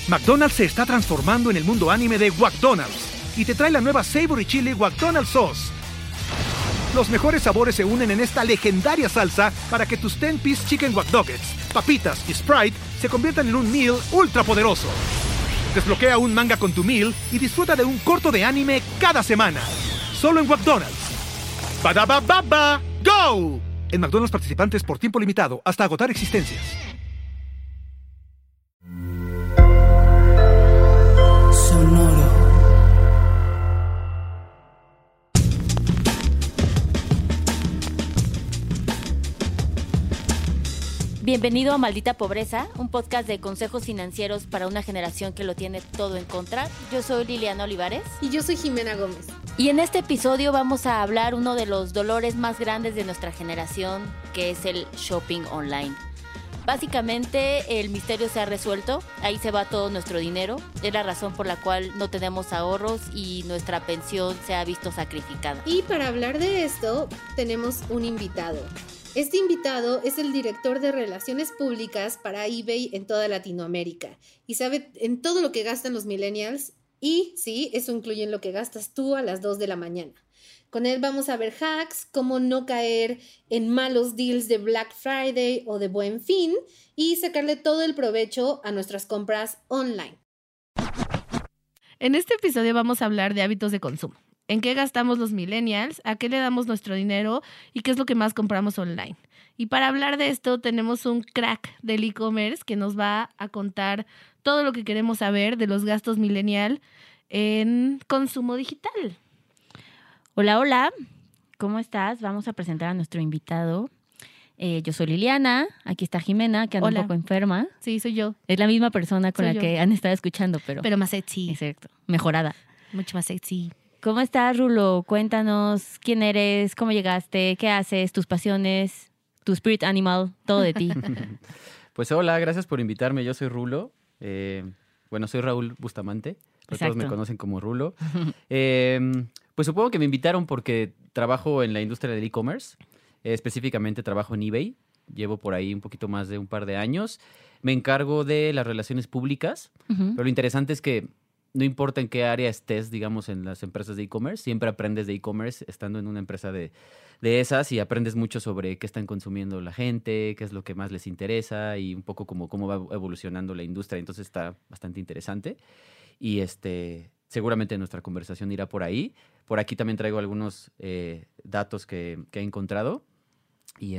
McDonald's se está transformando en el mundo anime de McDonald's y te trae la nueva Savory Chili McDonald's Sauce. Los mejores sabores se unen en esta legendaria salsa para que tus 10-piece chicken wack nuggets, papitas y Sprite se conviertan en un meal ultra poderoso. Desbloquea un manga con tu meal y disfruta de un corto de anime cada semana. Solo en McDonald's. ¡Badaba baba! ¡Go! En McDonald's participantes por tiempo limitado hasta agotar existencias. Bienvenido a Maldita Pobreza, un podcast de consejos financieros para una generación que lo tiene todo en contra. Yo soy Liliana Olivares. Y yo soy Jimena Gómez. Y en este episodio vamos a hablar uno de los dolores más grandes de nuestra generación, que es el shopping online. Básicamente el misterio se ha resuelto, ahí se va todo nuestro dinero, es la razón por la cual no tenemos ahorros y nuestra pensión se ha visto sacrificada. Y para hablar de esto, tenemos un invitado. Este invitado es el director de Relaciones Públicas para eBay en toda Latinoamérica y sabe en todo lo que gastan los millennials y sí, eso incluye en lo que gastas tú a las 2 de la mañana. Con él vamos a ver hacks, cómo no caer en malos deals de Black Friday o de Buen Fin y sacarle todo el provecho a nuestras compras online. En este episodio vamos a hablar de hábitos de consumo. ¿En qué gastamos los millennials? ¿A qué le damos nuestro dinero? ¿Y qué es lo que más compramos online? Y para hablar de esto tenemos un crack del e-commerce que nos va a contar todo lo que queremos saber de los gastos millennial en consumo digital. Hola, hola. ¿Cómo estás? Vamos a presentar a nuestro invitado. Yo soy Liliana, aquí está Jimena, que anda Hola. un poco enferma. Sí, soy yo. Es la misma persona con Soy la yo. que han estado escuchando, pero más sexy. exacto, mejorada. Mucho más sexy. ¿Cómo estás, Rulo? Cuéntanos quién eres, cómo llegaste, qué haces, tus pasiones, tu spirit animal, todo de ti. Pues hola, gracias por invitarme. Yo soy Rulo. Soy Raúl Bustamante, pero todos me Exacto. conocen como Rulo. Pues supongo que me invitaron porque trabajo en la industria del e-commerce. Específicamente trabajo en eBay. Llevo por ahí un poquito más de un par de años. Me encargo de las relaciones públicas. Ujú. Pero lo interesante es que no importa en qué área estés, digamos, en las empresas de e-commerce, siempre aprendes de e-commerce estando en una empresa de esas y aprendes mucho sobre qué están consumiendo la gente, qué es lo que más les interesa y un poco como cómo va evolucionando la industria. Entonces está bastante interesante y seguramente nuestra conversación irá por ahí. Por aquí también traigo algunos datos que he encontrado y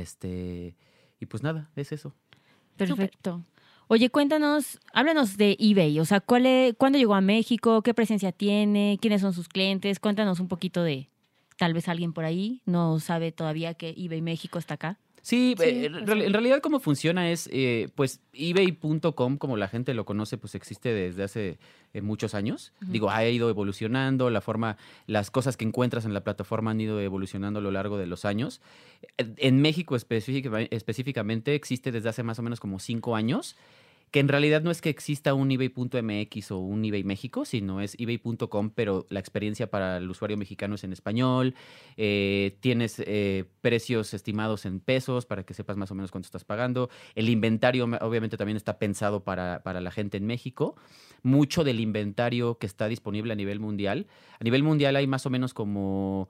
pues nada, es eso. Perfecto. Oye, cuéntanos, háblanos de eBay, o sea, ¿cuándo llegó a México? ¿Qué presencia tiene? ¿Quiénes son sus clientes? Cuéntanos un poquito de, tal vez alguien por ahí no sabe todavía que eBay México está acá. Sí, Sí, en realidad cómo funciona es, pues eBay.com, como la gente lo conoce, pues existe desde hace muchos años. Ujú. Digo, ha ido evolucionando, las cosas que encuentras en la plataforma han ido evolucionando a lo largo de los años. En México específicamente existe desde hace más o menos como 5 años, que en realidad no es que exista un eBay.mx o un eBay México, sino es eBay.com, pero la experiencia para el usuario mexicano es en español. Tienes precios estimados en pesos para que sepas más o menos cuánto estás pagando. El inventario obviamente también está pensado para la gente en México. Mucho del inventario que está disponible a nivel mundial. A nivel mundial hay más o menos como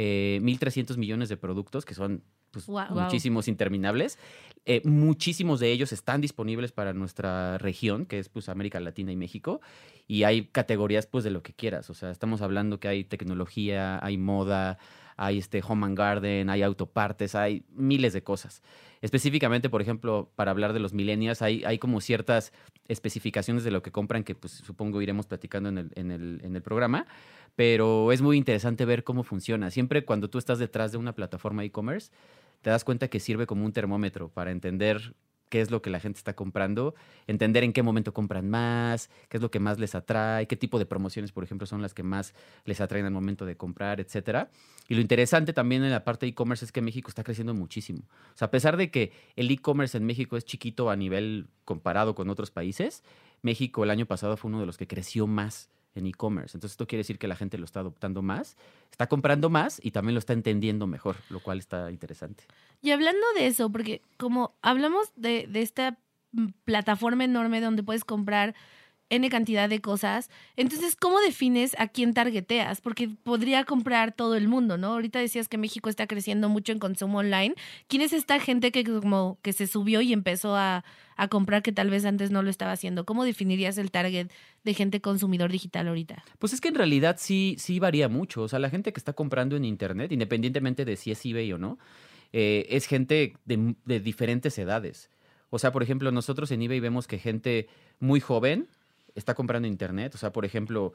1,300 millones de productos que son pues, Wow. muchísimos, interminables. Muchísimos de ellos están disponibles para nuestra región, que es pues América Latina y México, y hay categorías pues de lo que quieras. O sea, estamos hablando que hay tecnología, hay moda, hay home and garden, hay autopartes, hay miles de cosas. Específicamente, por ejemplo, para hablar de los millennials, hay como ciertas especificaciones de lo que compran que pues supongo iremos platicando en el programa, pero es muy interesante ver cómo funciona. Siempre cuando tú estás detrás de una plataforma e-commerce, te das cuenta que sirve como un termómetro para entender qué es lo que la gente está comprando, entender en qué momento compran más, qué es lo que más les atrae, qué tipo de promociones, por ejemplo, son las que más les atraen al momento de comprar, etcétera. Y lo interesante también en la parte de e-commerce es que México está creciendo muchísimo. O sea, a pesar de que el e-commerce en México es chiquito a nivel comparado con otros países, México el año pasado fue uno de los que creció más en e-commerce. Entonces esto quiere decir que la gente lo está adoptando más, está comprando más y también lo está entendiendo mejor, lo cual está interesante. Y hablando de eso, porque como hablamos de esta plataforma enorme donde puedes comprar N cantidad de cosas. Entonces, ¿cómo defines a quién targeteas? Porque podría comprar todo el mundo, ¿no? Ahorita decías que México está creciendo mucho en consumo online. ¿Quién es esta gente que como que se subió y empezó a comprar que tal vez antes no lo estaba haciendo? ¿Cómo definirías el target de gente consumidor digital ahorita? Pues es que en realidad sí varía mucho. O sea, la gente que está comprando en internet, independientemente de si es eBay o no, es gente de diferentes edades. O sea, por ejemplo, nosotros en eBay vemos que gente muy joven está comprando en internet. O sea, por ejemplo,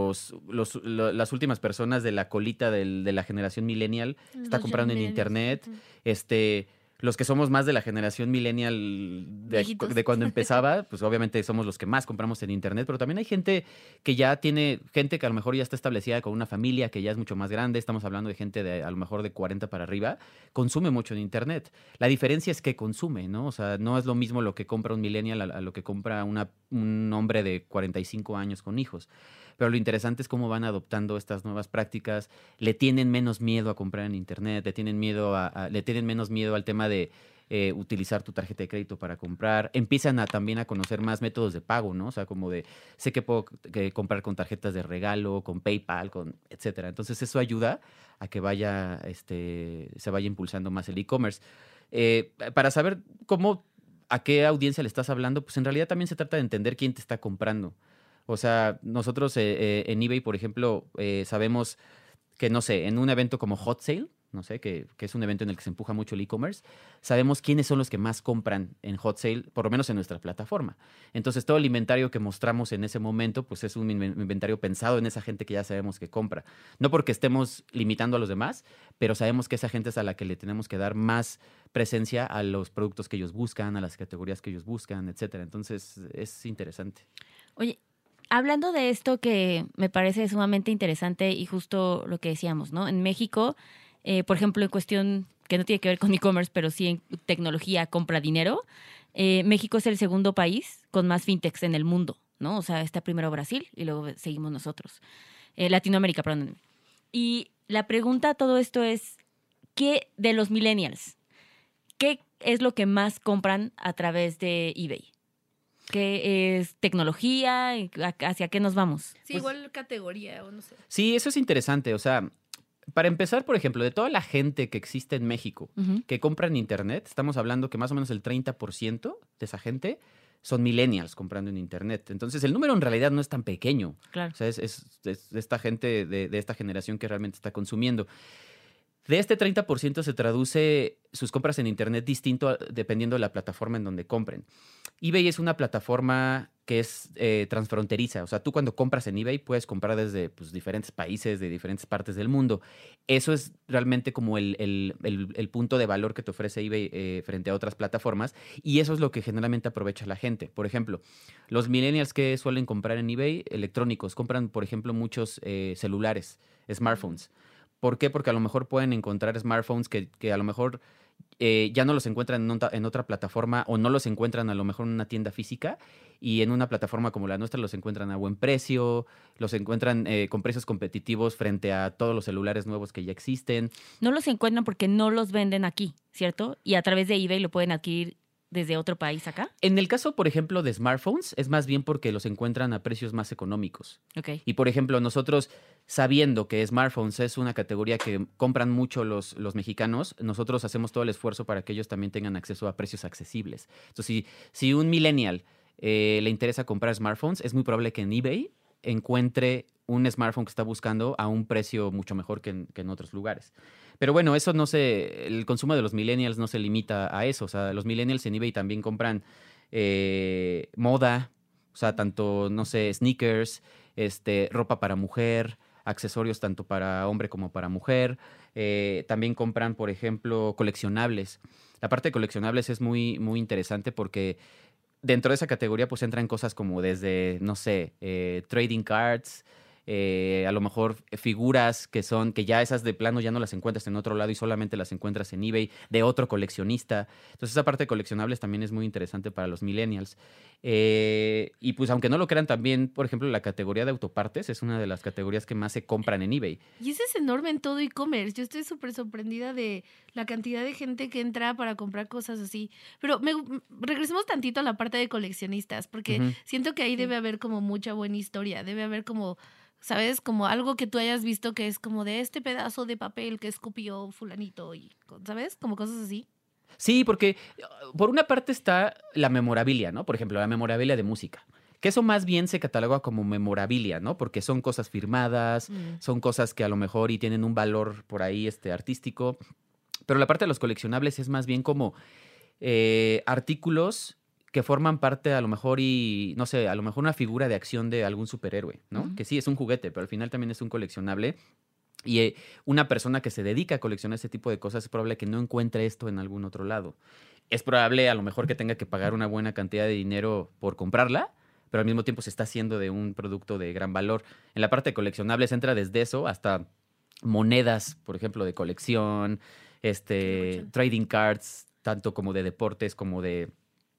las últimas personas de la colita de la generación millennial está Los comprando en young internet. millennials. Los que somos más de la generación millennial Viejitos. de cuando empezaba, pues obviamente somos los que más compramos en internet, pero también hay gente que ya tiene, gente que a lo mejor ya está establecida con una familia que ya es mucho más grande, estamos hablando de gente de a lo mejor de 40 para arriba, consume mucho en internet. La diferencia es que consume, ¿no? O sea, no es lo mismo lo que compra un millennial a lo que compra un hombre de 45 años con hijos. Pero lo interesante es cómo van adoptando estas nuevas prácticas, le tienen menos miedo a comprar en internet, le tienen menos miedo al tema de utilizar tu tarjeta de crédito para comprar, empiezan también a conocer más métodos de pago, ¿no? O sea, como de, sé que puedo comprar con tarjetas de regalo, con PayPal, etcétera. Entonces eso ayuda a que se vaya impulsando más el e-commerce. Para saber a qué audiencia le estás hablando, pues en realidad también se trata de entender quién te está comprando. O sea, nosotros en eBay, por ejemplo, sabemos que, no sé, en un evento como Hot Sale, no sé, que es un evento en el que se empuja mucho el e-commerce, sabemos quiénes son los que más compran en Hot Sale, por lo menos en nuestra plataforma. Entonces, todo el inventario que mostramos en ese momento, pues es un inventario pensado en esa gente que ya sabemos que compra. No porque estemos limitando a los demás, pero sabemos que esa gente es a la que le tenemos que dar más presencia a los productos que ellos buscan, a las categorías que ellos buscan, etcétera. Entonces, es interesante. Oye, hablando de esto que me parece sumamente interesante y justo lo que decíamos, ¿no? En México, por ejemplo, en cuestión que no tiene que ver con e-commerce, pero sí en tecnología, compra dinero, México es el segundo país con más fintechs en el mundo, ¿no? O sea, está primero Brasil y luego seguimos nosotros. Latinoamérica, perdón. Y la pregunta a todo esto es, ¿qué de los millennials? ¿Qué es lo que más compran a través de eBay? ¿Qué es tecnología? ¿Hacia qué nos vamos? Sí, igual categoría o no sé. Sí, eso es interesante. O sea, para empezar, por ejemplo, de toda la gente que existe en México que compra en internet, estamos hablando que más o menos el 30% de esa gente son millennials comprando en internet. Entonces, el número en realidad no es tan pequeño. Claro. O sea, es esta gente de esta generación que realmente está consumiendo. De este 30% se traduce sus compras en internet distinto dependiendo de la plataforma en donde compren. eBay es una plataforma que es transfronteriza. O sea, tú cuando compras en eBay puedes comprar desde diferentes países, de diferentes partes del mundo. Eso es realmente como el punto de valor que te ofrece eBay frente a otras plataformas. Y eso es lo que generalmente aprovecha la gente. Por ejemplo, los millennials que suelen comprar en eBay, electrónicos, compran, por ejemplo, muchos celulares, smartphones. ¿Por qué? Porque a lo mejor pueden encontrar smartphones que a lo mejor ya no los encuentran en otra plataforma o no los encuentran a lo mejor en una tienda física y en una plataforma como la nuestra los encuentran a buen precio, los encuentran con precios competitivos frente a todos los celulares nuevos que ya existen. No los encuentran porque no los venden aquí, ¿cierto? Y a través de eBay lo pueden adquirir desde otro país acá. En el caso, por ejemplo, de smartphones, es más bien porque los encuentran a precios más económicos. Okay. Y, por ejemplo, nosotros, sabiendo que smartphones es una categoría que compran mucho los mexicanos, nosotros hacemos todo el esfuerzo para que ellos también tengan acceso a precios accesibles. Entonces, si un millennial le interesa comprar smartphones, es muy probable que en eBay encuentre un smartphone que está buscando a un precio mucho mejor que en otros lugares. Pero bueno, el consumo de los millennials no se limita a eso. O sea, los millennials en eBay también compran moda, o sea, tanto, no sé, sneakers, ropa para mujer, accesorios tanto para hombre como para mujer. También compran, por ejemplo, coleccionables. La parte de coleccionables es muy, muy interesante porque dentro de esa categoría pues entran cosas como desde, no sé, trading cards, a lo mejor figuras que ya esas de plano ya no las encuentras en otro lado y solamente las encuentras en eBay de otro coleccionista. Entonces esa parte de coleccionables también es muy interesante para los millennials. Y pues aunque no lo crean también, por ejemplo, la categoría de autopartes es una de las categorías que más se compran en eBay. Y ese es enorme en todo e-commerce. Yo estoy súper sorprendida de la cantidad de gente que entra para comprar cosas así. Pero regresemos tantito a la parte de coleccionistas, porque Ujú. siento que ahí debe haber como mucha buena historia. Debe haber como, ¿sabes? Como algo que tú hayas visto que es como de este pedazo de papel que escupió fulanito y, ¿sabes? Como cosas así. Sí, porque por una parte está la memorabilia, ¿no? Por ejemplo, la memorabilia de música. Que eso más bien se cataloga como memorabilia, ¿no? Porque son cosas firmadas, son cosas que a lo mejor y tienen un valor por ahí artístico. Pero la parte de los coleccionables es más bien como artículos que forman parte a lo mejor y, no sé, a lo mejor una figura de acción de algún superhéroe, ¿no? Ujú. Que sí, es un juguete, pero al final también es un coleccionable. Y una persona que se dedica a coleccionar este tipo de cosas es probable que no encuentre esto en algún otro lado. Es probable a lo mejor que tenga que pagar una buena cantidad de dinero por comprarla, pero al mismo tiempo se está haciendo de un producto de gran valor. En la parte de coleccionables entra desde eso hasta monedas, por ejemplo, de colección, locochón. trading cards, tanto como de deportes como de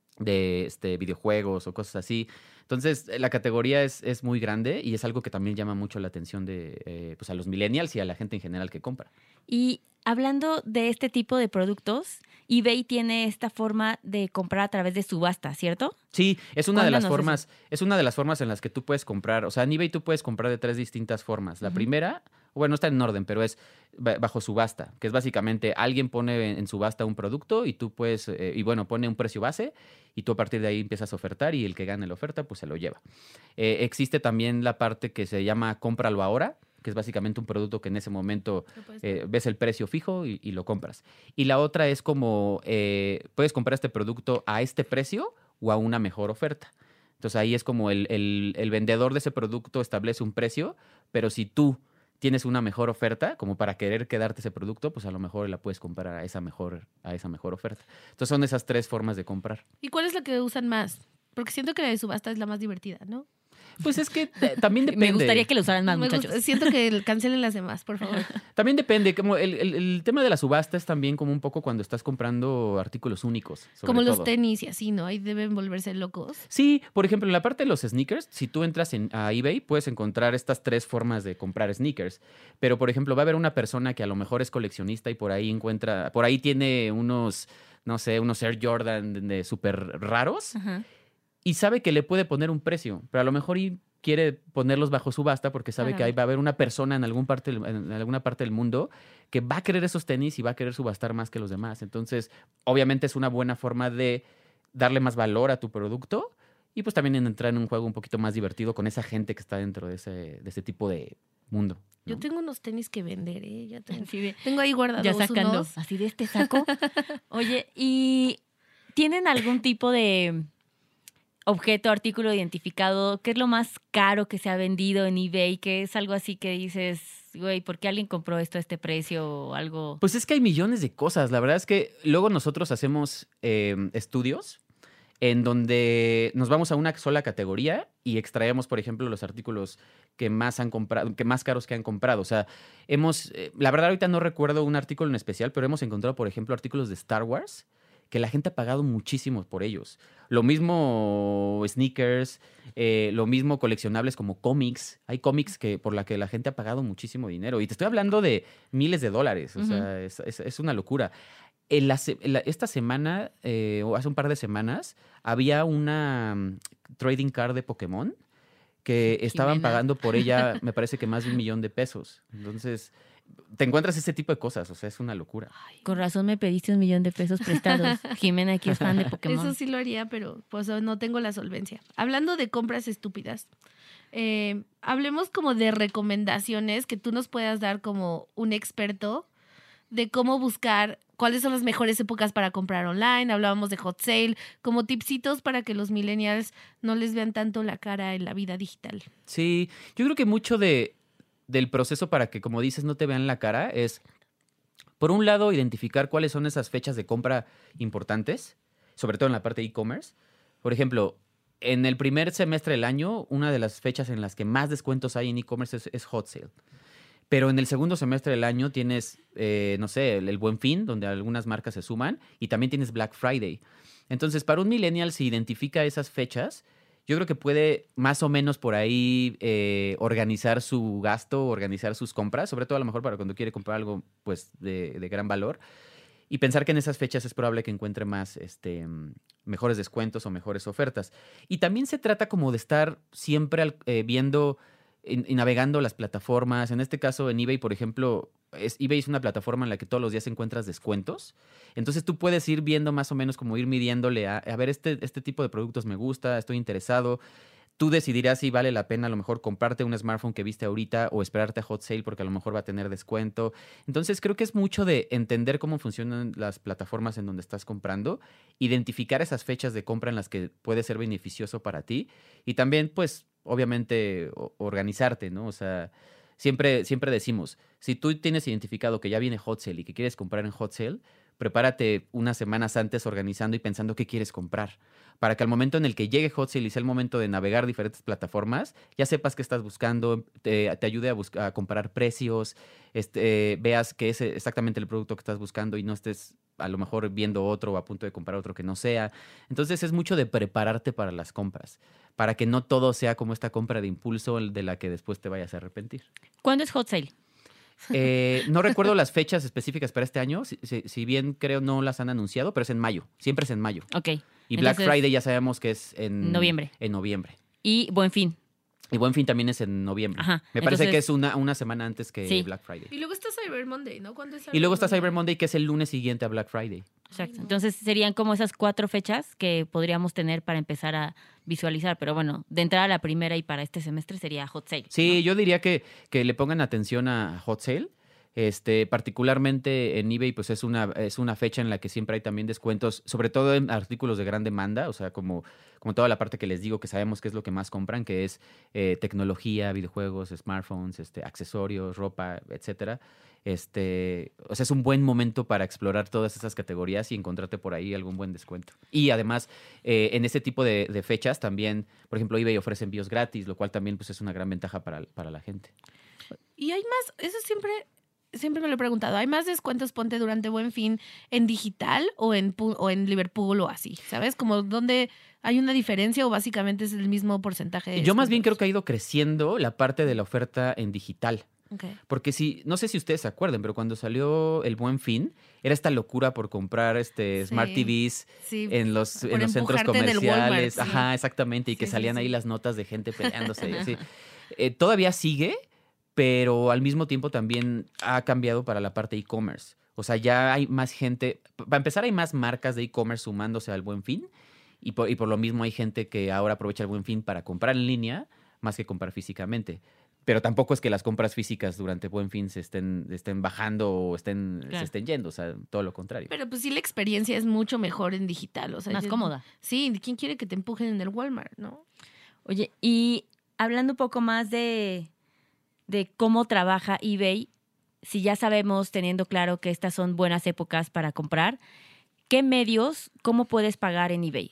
videojuegos o cosas así. Entonces, la categoría es muy grande y es algo que también llama mucho la atención de pues a los millennials y a la gente en general que compra. Y hablando de este tipo de productos, eBay tiene esta forma de comprar a través de subasta, ¿cierto? Sí, es una de las Cuéntanos formas en las que tú puedes comprar. O sea, en eBay tú puedes comprar de 3 distintas formas. La Ujú. primera, bueno, no está en orden, pero es bajo subasta, que es básicamente alguien pone en subasta un producto y tú puedes, y bueno, pone un precio base y tú a partir de ahí empiezas a ofertar y el que gane la oferta, pues se lo lleva. Existe también la parte que se llama cómpralo ahora, que es básicamente un producto que en ese momento Lo puedes ver. ves el precio fijo y lo compras. Y la otra es como, puedes comprar este producto a este precio o a una mejor oferta. Entonces ahí es como el vendedor de ese producto establece un precio, pero si tú tienes una mejor oferta, como para querer quedarte ese producto, pues a lo mejor la puedes comprar a esa mejor oferta. Entonces son esas 3 formas de comprar. ¿Y cuál es la que usan más? Porque siento que la de subasta es la más divertida, ¿no? Pues es que también depende. Me gustaría que lo usaran más, Me gusta- muchachos. siento que cancelen las demás, por favor. También depende, como el tema de la subasta es también como un poco cuando estás comprando artículos únicos. sobre Como los todo. tenis y así, ¿no? Ahí deben volverse locos. Sí, por ejemplo, en la parte de los sneakers, si tú entras a eBay, puedes encontrar estas 3 formas de comprar sneakers. Pero, por ejemplo, va a haber una persona que a lo mejor es coleccionista y por ahí tiene unos, no sé, unos Air Jordan de súper raros Ajá. y sabe que le puede poner un precio, pero a lo mejor y quiere ponerlos bajo subasta porque sabe Para que ahí ver. va a haber una persona en alguna parte del mundo que va a querer esos tenis y va a querer subastar más que los demás. Entonces, obviamente es una buena forma de darle más valor a tu producto y pues también en entrar en un juego un poquito más divertido con esa gente que está dentro de ese tipo de mundo. ¿no? Yo tengo unos tenis que vender, ¿eh? Ya tengo, Así de, tengo ahí guardados ya sacando, unos. así de este saco. Oye, ¿y tienen algún tipo de objeto, artículo identificado? ¿Qué es lo más caro que se ha vendido en eBay? ¿Qué es algo así que dices, güey, ¿por qué alguien compró esto a este precio o algo? Pues es que hay millones de cosas. La verdad es que luego nosotros hacemos estudios en donde nos vamos a una sola categoría y extraemos, por ejemplo, los artículos que más han comprado, que más caros que han comprado. O sea, la verdad ahorita no recuerdo un artículo en especial, pero hemos encontrado, por ejemplo, artículos de Star Wars que la gente ha pagado muchísimo por ellos. Lo mismo sneakers, lo mismo coleccionables como cómics. Hay cómics por la que la gente ha pagado muchísimo dinero. Y te estoy hablando de miles de dólares. O sea, es una locura. Esta semana, o hace un par de semanas, había una trading card de Pokémon que estaban Jimena. pagando por ella, me parece que más de $1 millón. Entonces, te encuentras ese tipo de cosas, o sea, es una locura. Con razón me pediste $1 millón prestados. Jimena aquí es fan de Pokémon. Eso sí lo haría, pero pues no tengo la solvencia. Hablando de compras estúpidas, hablemos como de recomendaciones que tú nos puedas dar como un experto de cómo buscar cuáles son las mejores épocas para comprar online. Hablábamos de hot sale, como tipsitos para que los millennials no les vean tanto la cara en la vida digital. Sí, yo creo que mucho del proceso para que, como dices, no te vean la cara es, por un lado, identificar cuáles son esas fechas de compra importantes, sobre todo en la parte de e-commerce. Por ejemplo, en el primer semestre del año, una de las fechas en las que más descuentos hay en e-commerce es Hot Sale. Pero en el segundo semestre del año tienes, no sé, el Buen Fin, donde algunas marcas se suman, y también tienes Black Friday. Entonces, para un millennial, si identifica esas fechas, yo creo que puede más o menos por ahí organizar su gasto, organizar sus compras, sobre todo a lo mejor para cuando quiere comprar algo pues de gran valor, y pensar que en esas fechas es probable que encuentre más mejores descuentos o mejores ofertas. Y también se trata como de estar siempre viendo y navegando las plataformas. En este caso, en eBay, por ejemplo, eBay es una plataforma en la que todos los días encuentras descuentos. Entonces tú puedes ir viendo más o menos como ir midiéndole a ver, este tipo de productos me gusta, estoy interesado. Tú decidirás si vale la pena a lo mejor comprarte un smartphone que viste ahorita o esperarte a Hot Sale porque a lo mejor va a tener descuento. Entonces creo que es mucho de entender cómo funcionan las plataformas en donde estás comprando, identificar esas fechas de compra en las que puede ser beneficioso para ti y también pues obviamente organizarte, ¿no? O sea, siempre decimos, si tú tienes identificado que ya viene Hot Sale y que quieres comprar en Hot Sale, prepárate unas semanas antes organizando y pensando qué quieres comprar, para que al momento en el que llegue Hot Sale y sea el momento de navegar diferentes plataformas, ya sepas qué estás buscando, te ayude a comparar precios, veas qué es exactamente el producto que estás buscando y no estés a lo mejor viendo otro o a punto de comprar otro que no sea. Entonces es mucho de prepararte para las compras, para que no todo sea como esta compra de impulso de la que después te vayas a arrepentir. ¿Cuándo es Hot Sale? No recuerdo las fechas específicas para este año, si bien creo no las han anunciado, pero es en mayo, siempre es en mayo. Ok. Y Black Friday ya sabemos que es en noviembre. En noviembre. Y Buen Fin. Y Buen Fin también es en noviembre. Ajá. Me parece Entonces, que es una semana antes que sí. Black Friday. Y luego está Cyber Monday, ¿no? ¿Cuándo es Y luego está Monday? Cyber Monday, que es el lunes siguiente a Black Friday. Exacto. Entonces serían como esas 4 fechas que podríamos tener para empezar a visualizar. Pero bueno, de entrada a la primera y para este semestre sería Hot Sale. Sí, ¿no? yo diría que le pongan atención a Hot Sale. Particularmente en eBay, pues es una fecha en la que siempre hay también descuentos, sobre todo en artículos de gran demanda, o sea, como toda la parte que les digo que sabemos que es lo que más compran, que es tecnología, videojuegos, smartphones, accesorios, ropa, etcétera. O sea, es un buen momento para explorar todas esas categorías y encontrarte por ahí algún buen descuento. Y además, en este tipo de fechas también, por ejemplo, eBay ofrece envíos gratis, lo cual también pues, es una gran ventaja para la gente. Y hay más, eso siempre me lo he preguntado, ¿hay más descuentos, ponte, durante Buen Fin en digital o en Liverpool o así? ¿Sabes? Como donde hay una diferencia o básicamente es el mismo porcentaje de Yo más bien creo descuentos? que ha ido creciendo la parte de la oferta en digital. Okay. Porque no sé si ustedes se acuerdan, pero cuando salió el Buen Fin, era esta locura por comprar Smart TVs Sí, en los centros empujarte en el comerciales. Walmart, sí. Ajá, exactamente. Y que Sí, salían sí. ahí las notas de gente peleándose. Así. Todavía sigue, pero al mismo tiempo también ha cambiado para la parte e-commerce. O sea, ya hay más gente. Para empezar, hay más marcas de e-commerce sumándose al Buen Fin. Y por lo mismo hay gente que ahora aprovecha el Buen Fin para comprar en línea más que comprar físicamente. Pero tampoco es que las compras físicas durante Buen Fin se estén bajando o se estén yendo. O sea, todo lo contrario. Pero pues sí, la experiencia es mucho mejor en digital. O sea, Más cómoda. Sí, ¿quién quiere que te empujen en el Walmart, no? Oye, y hablando un poco más de cómo trabaja eBay, si ya sabemos, teniendo claro que estas son buenas épocas para comprar, ¿qué medios, cómo puedes pagar en eBay?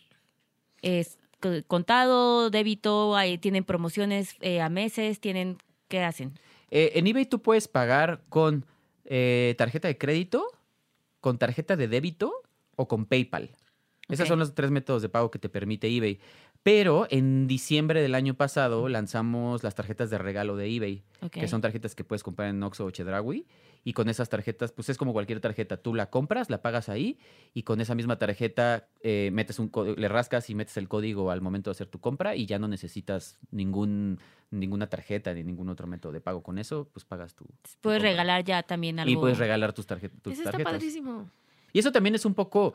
¿Es contado, débito, tienen promociones a meses, qué hacen? En eBay tú puedes pagar con tarjeta de crédito, con tarjeta de débito o con PayPal. Esos Ok. son los 3 métodos de pago que te permite eBay. Pero en diciembre del año pasado lanzamos las tarjetas de regalo de eBay, Ok. que son tarjetas que puedes comprar en Oxxo o Chedraui. Y con esas tarjetas, pues es como cualquier tarjeta. Tú la compras, la pagas ahí y con esa misma tarjeta le rascas y metes el código al momento de hacer tu compra y ya no necesitas ninguna tarjeta ni ningún otro método de pago. Con eso, pues pagas tu Puedes compra. regalar ya también algo. Y puedes regalar tus tarjetas. Eso está padrísimo. Y eso también es un poco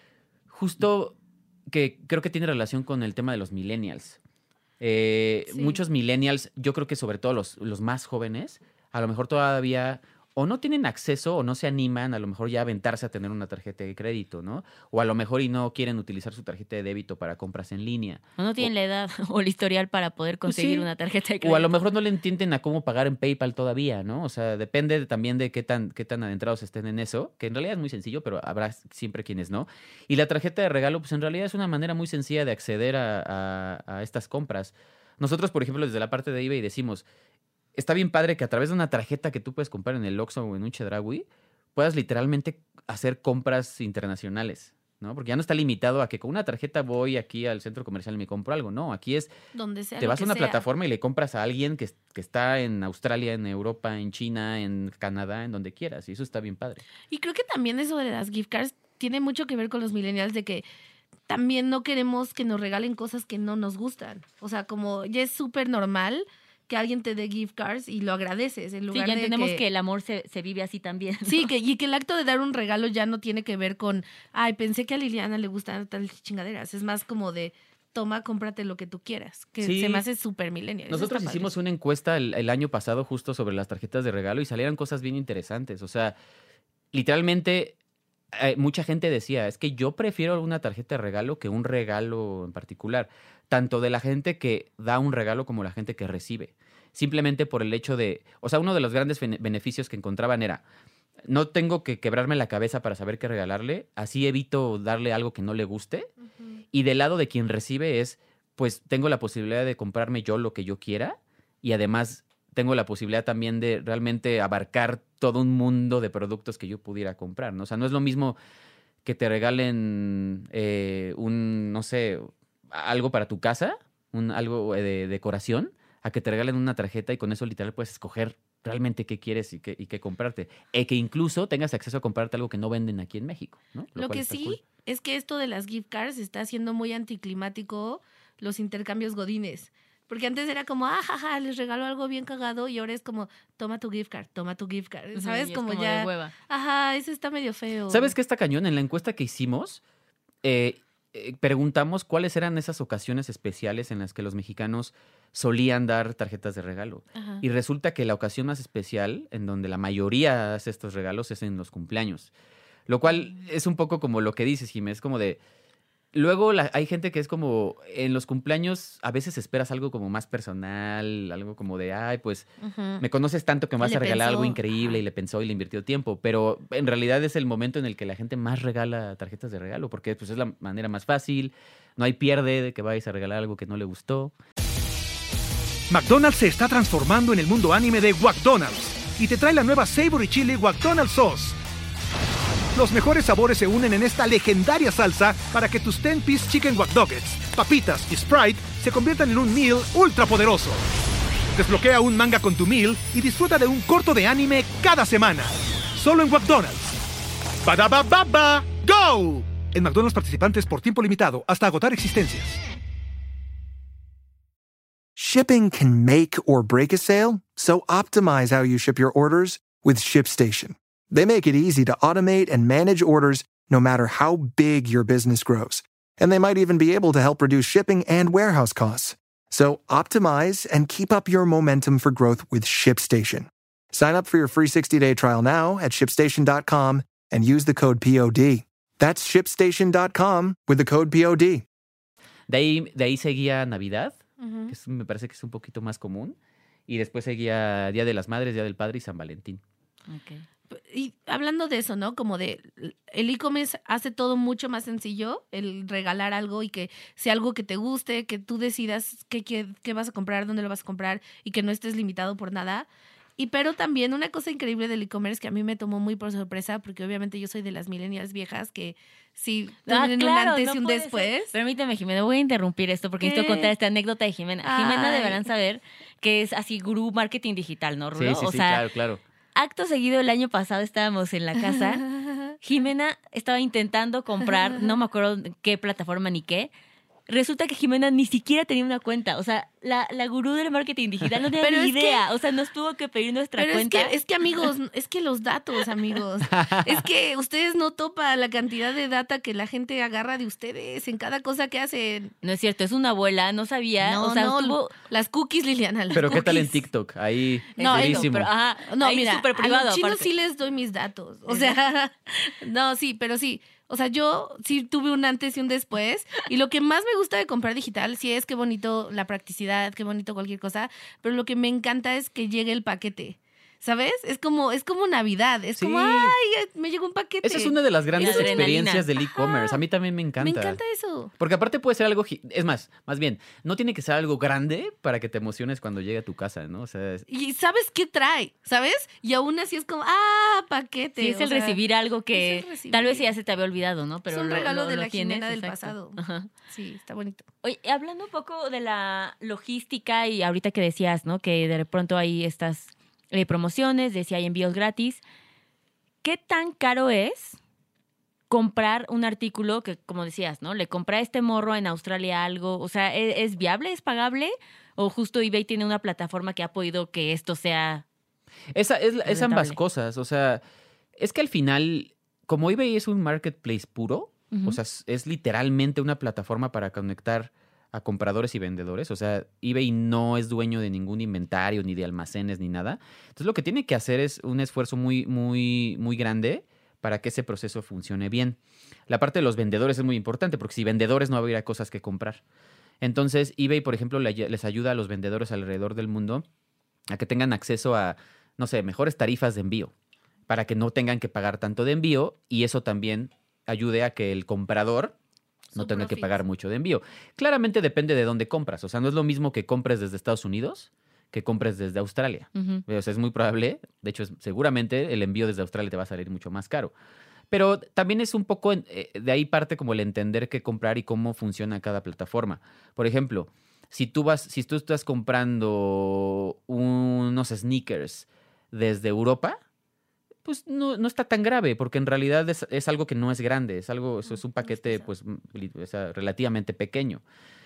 justo que creo que tiene relación con el tema de los millennials. Sí. Muchos millennials, yo creo que sobre todo los más jóvenes, a lo mejor todavía o no tienen acceso o no se animan a lo mejor ya a aventarse a tener una tarjeta de crédito, ¿no? O a lo mejor y no quieren utilizar su tarjeta de débito para compras en línea. O no tienen la edad o el historial para poder conseguir sí. una tarjeta de crédito. O a lo mejor no le entienden a cómo pagar en PayPal todavía, ¿no? O sea, depende también de qué tan adentrados estén en eso, que en realidad es muy sencillo, pero habrá siempre quienes no. Y la tarjeta de regalo, pues en realidad es una manera muy sencilla de acceder a estas compras. Nosotros, por ejemplo, desde la parte de eBay decimos, está bien padre que a través de una tarjeta que tú puedes comprar en el Oxxo o en un Chedraui, puedas literalmente hacer compras internacionales, ¿no? Porque ya no está limitado a que con una tarjeta voy aquí al centro comercial y me compro algo. No, aquí es, Donde sea. te lo vas que a una sea. plataforma y le compras a alguien que está en Australia, en Europa, en China, en Canadá, en donde quieras. Y eso está bien padre. Y creo que también eso de las gift cards tiene mucho que ver con los millennials, de que también no queremos que nos regalen cosas que no nos gustan. O sea, como ya es súper normal que alguien te dé gift cards y lo agradeces en Sí, lugar ya de entendemos que el amor se vive así también, ¿no? Sí, y que el acto de dar un regalo ya no tiene que ver con, ay, pensé que a Liliana le gustan tal chingaderas. Es más como de, toma, cómprate lo que tú quieras. Que Sí. se me hace súper millennial. Eso Nosotros está hicimos padrísimo. una encuesta el año pasado justo sobre las tarjetas de regalo y salieron cosas bien interesantes. O sea, literalmente mucha gente decía, es que yo prefiero una tarjeta de regalo que un regalo en particular, tanto de la gente que da un regalo como la gente que recibe. Simplemente por el hecho de, o sea, uno de los grandes beneficios que encontraban era, no tengo que quebrarme la cabeza para saber qué regalarle, así evito darle algo que no le guste. Y del lado de quien recibe es, pues tengo la posibilidad de comprarme yo lo que yo quiera y además tengo la posibilidad también de realmente abarcar todo un mundo de productos que yo pudiera comprar, ¿no? O sea, no es lo mismo que te regalen no sé, algo para tu casa, algo de decoración, a que te regalen una tarjeta y con eso literal puedes escoger realmente qué quieres y qué comprarte. Que incluso tengas acceso a comprarte algo que no venden aquí en México, ¿no? Lo cual que está sí cool. es que esto de las gift cards está haciendo muy anticlimático los intercambios godines. Porque antes era como, jaja, les regalo algo bien cagado y ahora es como, toma tu gift card, toma tu gift card. ¿Sabes? Y es Como de ya, hueva. ajá, eso está medio feo. ¿Sabes qué está cañón? En la encuesta que hicimos, preguntamos cuáles eran esas ocasiones especiales en las que los mexicanos solían dar tarjetas de regalo. Ajá. Y resulta que la ocasión más especial, en donde la mayoría hace estos regalos, es en los cumpleaños. Lo cual es un poco como lo que dices, Jiménez, como de... Luego hay gente que es como, en los cumpleaños a veces esperas algo como más personal, algo como de, ay, pues Ujú. me conoces tanto que me vas Le a regalar algo pensó. increíble y le pensó y le invirtió tiempo, pero en realidad es el momento en el que la gente más regala tarjetas de regalo, porque pues es la manera más fácil, no hay pierde de que vayas a regalar algo que no le gustó. McDonald's se está transformando en el mundo anime de McDonald's y te trae la nueva Savory Chili McDonald's Sauce. Los mejores sabores se unen en esta legendaria salsa para que tus 10-piece chicken wack nuggets, papitas y Sprite se conviertan en un meal ultra poderoso. Desbloquea un manga con tu meal y disfruta de un corto de anime cada semana. Solo en McDonald's. ¡Badabababa! ¡Go! En McDonald's participantes por tiempo limitado hasta agotar existencias. Shipping can make or break a sale, so optimize how you ship your orders with ShipStation. They make it easy to automate and manage orders no matter how big your business grows. And they might even be able to help reduce shipping and warehouse costs. So optimize and keep up your momentum for growth with ShipStation. Sign up for your free 60-day trial now at ShipStation.com and use the code POD. That's ShipStation.com with the code POD. De ahí seguía Navidad, Ujú. que me parece que es un poquito más común, y después seguía Día de las Madres, Día del Padre y San Valentín. Ok. Y hablando de eso, ¿no? Como de el e-commerce hace todo mucho más sencillo, el regalar algo y que sea algo que te guste, que tú decidas qué vas a comprar, dónde lo vas a comprar y que no estés limitado por nada. Pero también una cosa increíble del e-commerce que a mí me tomó muy por sorpresa, porque obviamente yo soy de las millennials viejas que sí tienen un antes y un puede después. ser. Permíteme, Jimena, voy a interrumpir esto porque necesito contar esta anécdota de Jimena. Jimena Ay. deberán saber que es así gurú marketing digital, ¿no, Rulo? Sí, O sea, claro, claro. acto seguido el año pasado estábamos en la casa. Jimena estaba intentando comprar, no me acuerdo qué plataforma ni qué. Resulta que Jimena ni siquiera tenía una cuenta. O sea, la gurú del marketing digital no tenía Pero ni es que- idea. O sea, nos tuvo que pedir nuestra Pero cuenta. es que amigos, es que los datos, amigos, es que ustedes no topan la cantidad de data que la gente agarra de ustedes en cada cosa que hacen. No es cierto, es una abuela, no sabía. No, o sea, no, estuvo Las cookies, Liliana, las Pero ¿qué tal en cookies. TikTok? Ahí, No, durísimo. pero, No, ahí mira, súper a privado, los chinos aparte. sí les doy mis datos. O sea, no, sí, pero sí. O sea, yo sí tuve un antes y un después. Y lo que más me gusta de comprar digital, sí es qué bonito la practicidad, qué bonito cualquier cosa. Pero lo que me encanta es que llegue el paquete. ¿Sabes? Es como Navidad. Es Sí. como, ay, me llegó un paquete. Esa es una de las grandes La adrenalina. experiencias del e-commerce. A mí también me encanta. Me encanta eso. Porque aparte puede ser algo... Es más bien, no tiene que ser algo grande para que te emociones cuando llegue a tu casa, ¿no? O sea, Y sabes qué trae, ¿sabes? Y aún así es como, paquete. Sí, es o el sea, recibir algo que es el recibir. tal vez ya se te había olvidado, ¿no? Pero es un lo- regalo lo- de lo la tienes, Jimena del exacto. pasado. Ajá. Sí, está bonito. Oye, hablando un poco de la logística y ahorita que decías, ¿no? Que de pronto hay estas promociones de si hay envíos gratis. ¿Qué tan caro es comprar un artículo que, como decías, ¿no? Le compré a este morro en Australia algo. O sea, ¿es viable? ¿Es pagable? ¿O justo eBay tiene una plataforma que ha podido que esto sea... es ambas rentable? cosas. O sea, es que al final, como eBay es un marketplace puro, Ujú. o sea, es literalmente una plataforma para conectar a compradores y vendedores. O sea, eBay no es dueño de ningún inventario, ni de almacenes, ni nada. Entonces, lo que tiene que hacer es un esfuerzo muy, muy, muy grande para que ese proceso funcione bien. La parte de los vendedores es muy importante, porque sin vendedores no habría cosas que comprar. Entonces, eBay, por ejemplo, les ayuda a los vendedores alrededor del mundo a que tengan acceso a, no sé, mejores tarifas de envío, para que no tengan que pagar tanto de envío, y eso también ayude a que el comprador no Su tenga que profit. pagar mucho de envío. Claramente depende de dónde compras. O sea, no es lo mismo que compres desde Estados Unidos que compres desde Australia. Ujú. O sea, es muy probable, de hecho, seguramente el envío desde Australia te va a salir mucho más caro. Pero también es un poco, de ahí parte como el entender qué comprar y cómo funciona cada plataforma. Por ejemplo, si tú estás comprando unos sneakers desde Europa, pues no está tan grave, porque en realidad es algo que no es grande, eso es un paquete pues o sea, relativamente pequeño.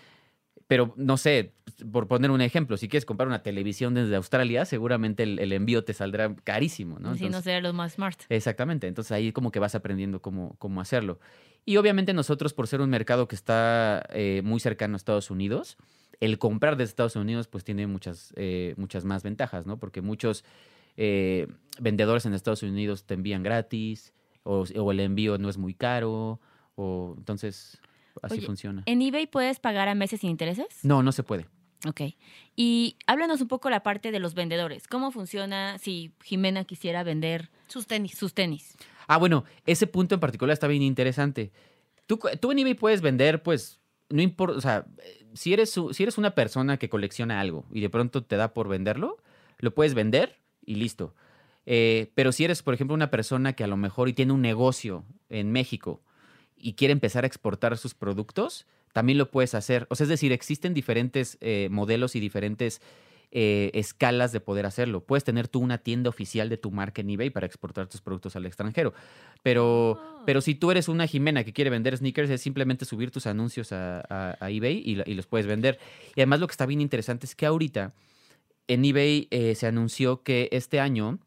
Pero no sé, por poner un ejemplo, si quieres comprar una televisión desde Australia, seguramente el envío te saldrá carísimo, ¿no? Si no Entonces, será lo más smart. exactamente, entonces ahí como que vas aprendiendo cómo hacerlo. Y obviamente nosotros, por ser un mercado que está muy cercano a Estados Unidos, el comprar desde Estados Unidos pues tiene muchas más ventajas, ¿no? Porque muchos vendedores en Estados Unidos te envían gratis, o el envío no es muy caro, o entonces así Oye, funciona. ¿En eBay puedes pagar a meses sin intereses? No se puede. Ok. Y háblanos un poco la parte de los vendedores. ¿Cómo funciona si Jimena quisiera vender Sus tenis. sus tenis? Bueno, ese punto en particular está bien interesante. Tú en eBay puedes vender, pues, no importa, o sea, si eres una persona que colecciona algo y de pronto te da por venderlo, lo puedes vender y listo. Pero si eres, por ejemplo, una persona que a lo mejor y tiene un negocio en México y quiere empezar a exportar sus productos, también lo puedes hacer. O sea, es decir, existen diferentes modelos y diferentes escalas de poder hacerlo. Puedes tener tú una tienda oficial de tu marca en eBay para exportar tus productos al extranjero. Pero si tú eres una Jimena que quiere vender sneakers, es simplemente subir tus anuncios a eBay y los puedes vender. Y además lo que está bien interesante es que ahorita en eBay se anunció que este año